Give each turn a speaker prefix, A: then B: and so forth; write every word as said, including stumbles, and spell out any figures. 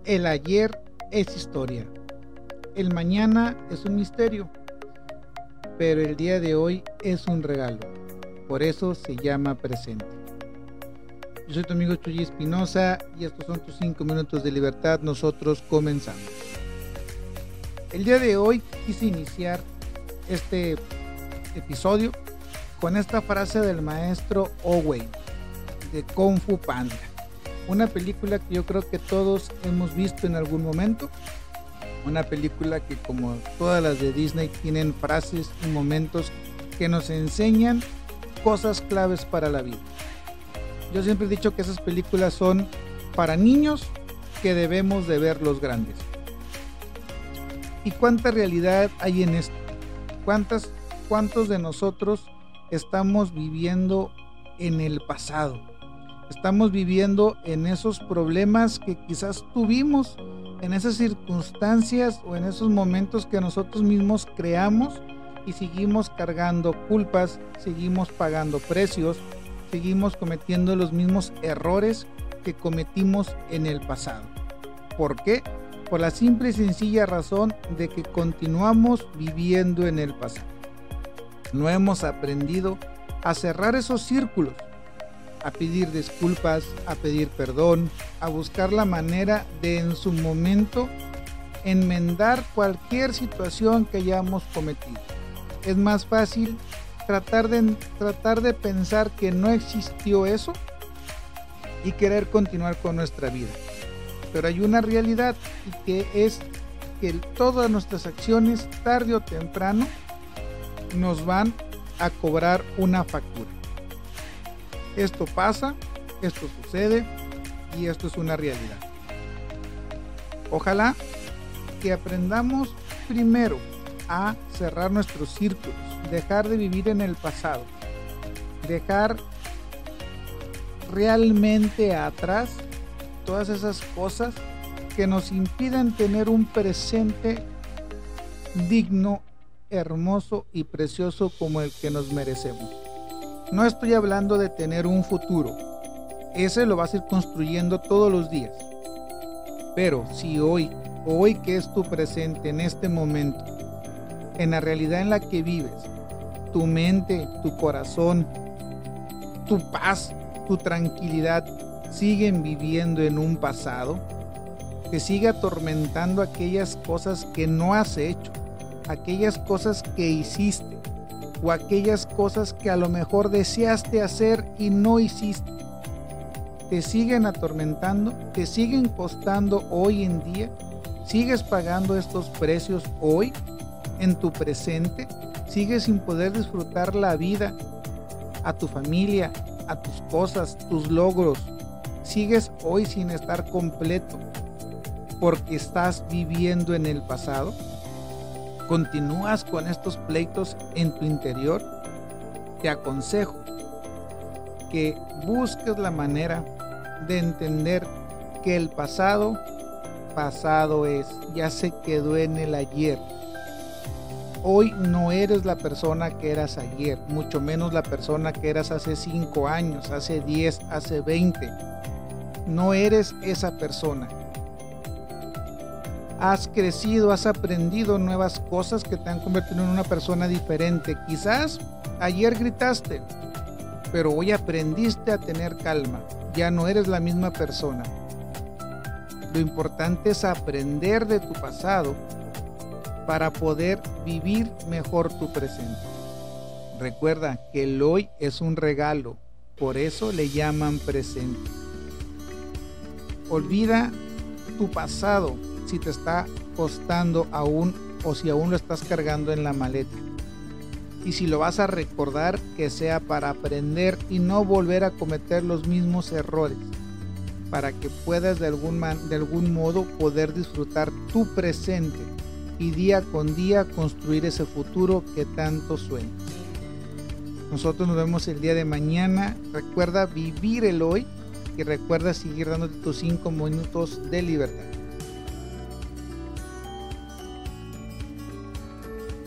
A: El ayer es historia, el mañana es un misterio, pero el día de hoy es un regalo, por eso se llama presente. Yo soy tu amigo Chuy Espinosa y estos son tus cinco minutos de libertad. Nosotros comenzamos. El día de hoy quise iniciar este episodio con esta frase del maestro Oogway de Kung Fu Panda, una película que yo creo que todos hemos visto en algún momento, una película que, como todas las de Disney, tienen frases y momentos que nos enseñan cosas claves para la vida. Yo siempre he dicho que esas películas son para niños que debemos de ver los grandes. ¿Y cuánta realidad hay en esto? ¿Cuántas, cuántos de nosotros estamos viviendo en el pasado? Estamos viviendo en esos problemas que quizás tuvimos, en esas circunstancias o en esos momentos que nosotros mismos creamos y seguimos cargando culpas, seguimos pagando precios, seguimos cometiendo los mismos errores que cometimos en el pasado. ¿Por qué? Por la simple y sencilla razón de que continuamos viviendo en el pasado. No hemos aprendido a cerrar esos círculos, a pedir disculpas, a pedir perdón, a buscar la manera de en su momento enmendar cualquier situación que hayamos cometido. Es más fácil tratar de, tratar de pensar que no existió eso y querer continuar con nuestra vida. Pero hay una realidad, y que es que todas nuestras acciones, tarde o temprano, nos van a cobrar una factura. Esto pasa, esto sucede y esto es una realidad. Ojalá que aprendamos primero a cerrar nuestros círculos, dejar de vivir en el pasado, dejar realmente atrás todas esas cosas que nos impiden tener un presente digno, hermoso y precioso como el que nos merecemos. No estoy hablando de tener un futuro, ese lo vas a ir construyendo todos los días. Pero si hoy, hoy que es tu presente en este momento, en la realidad en la que vives, tu mente, tu corazón, tu paz, tu tranquilidad siguen viviendo en un pasado, te sigue atormentando aquellas cosas que no has hecho, aquellas cosas que hiciste o aquellas cosas que a lo mejor deseaste hacer y no hiciste, te siguen atormentando, te siguen costando hoy en día, sigues pagando estos precios hoy en tu presente, sigues sin poder disfrutar la vida, a tu familia, a tus cosas, tus logros, sigues hoy sin estar completo porque estás viviendo en el pasado. ¿Continúas con estos pleitos en tu interior? Te aconsejo que busques la manera de entender que el pasado, pasado es, ya se quedó en el ayer. Hoy no eres la persona que eras ayer, mucho menos la persona que eras hace cinco años, hace diez, hace veinte. No eres esa persona. Has crecido, has aprendido nuevas cosas que te han convertido en una persona diferente. Quizás ayer gritaste, pero hoy aprendiste a tener calma. Ya no eres la misma persona. Lo importante es aprender de tu pasado para poder vivir mejor tu presente. Recuerda que el hoy es un regalo, por eso le llaman presente. Olvida tu pasado si te está costando aún o si aún lo estás cargando en la maleta. Y si lo vas a recordar, que sea para aprender y no volver a cometer los mismos errores, para que puedas de algún, man, de algún modo poder disfrutar tu presente y día con día construir ese futuro que tanto sueñas. Nosotros nos vemos el día de mañana. Recuerda vivir el hoy y recuerda seguir dándote tus cinco minutos de libertad.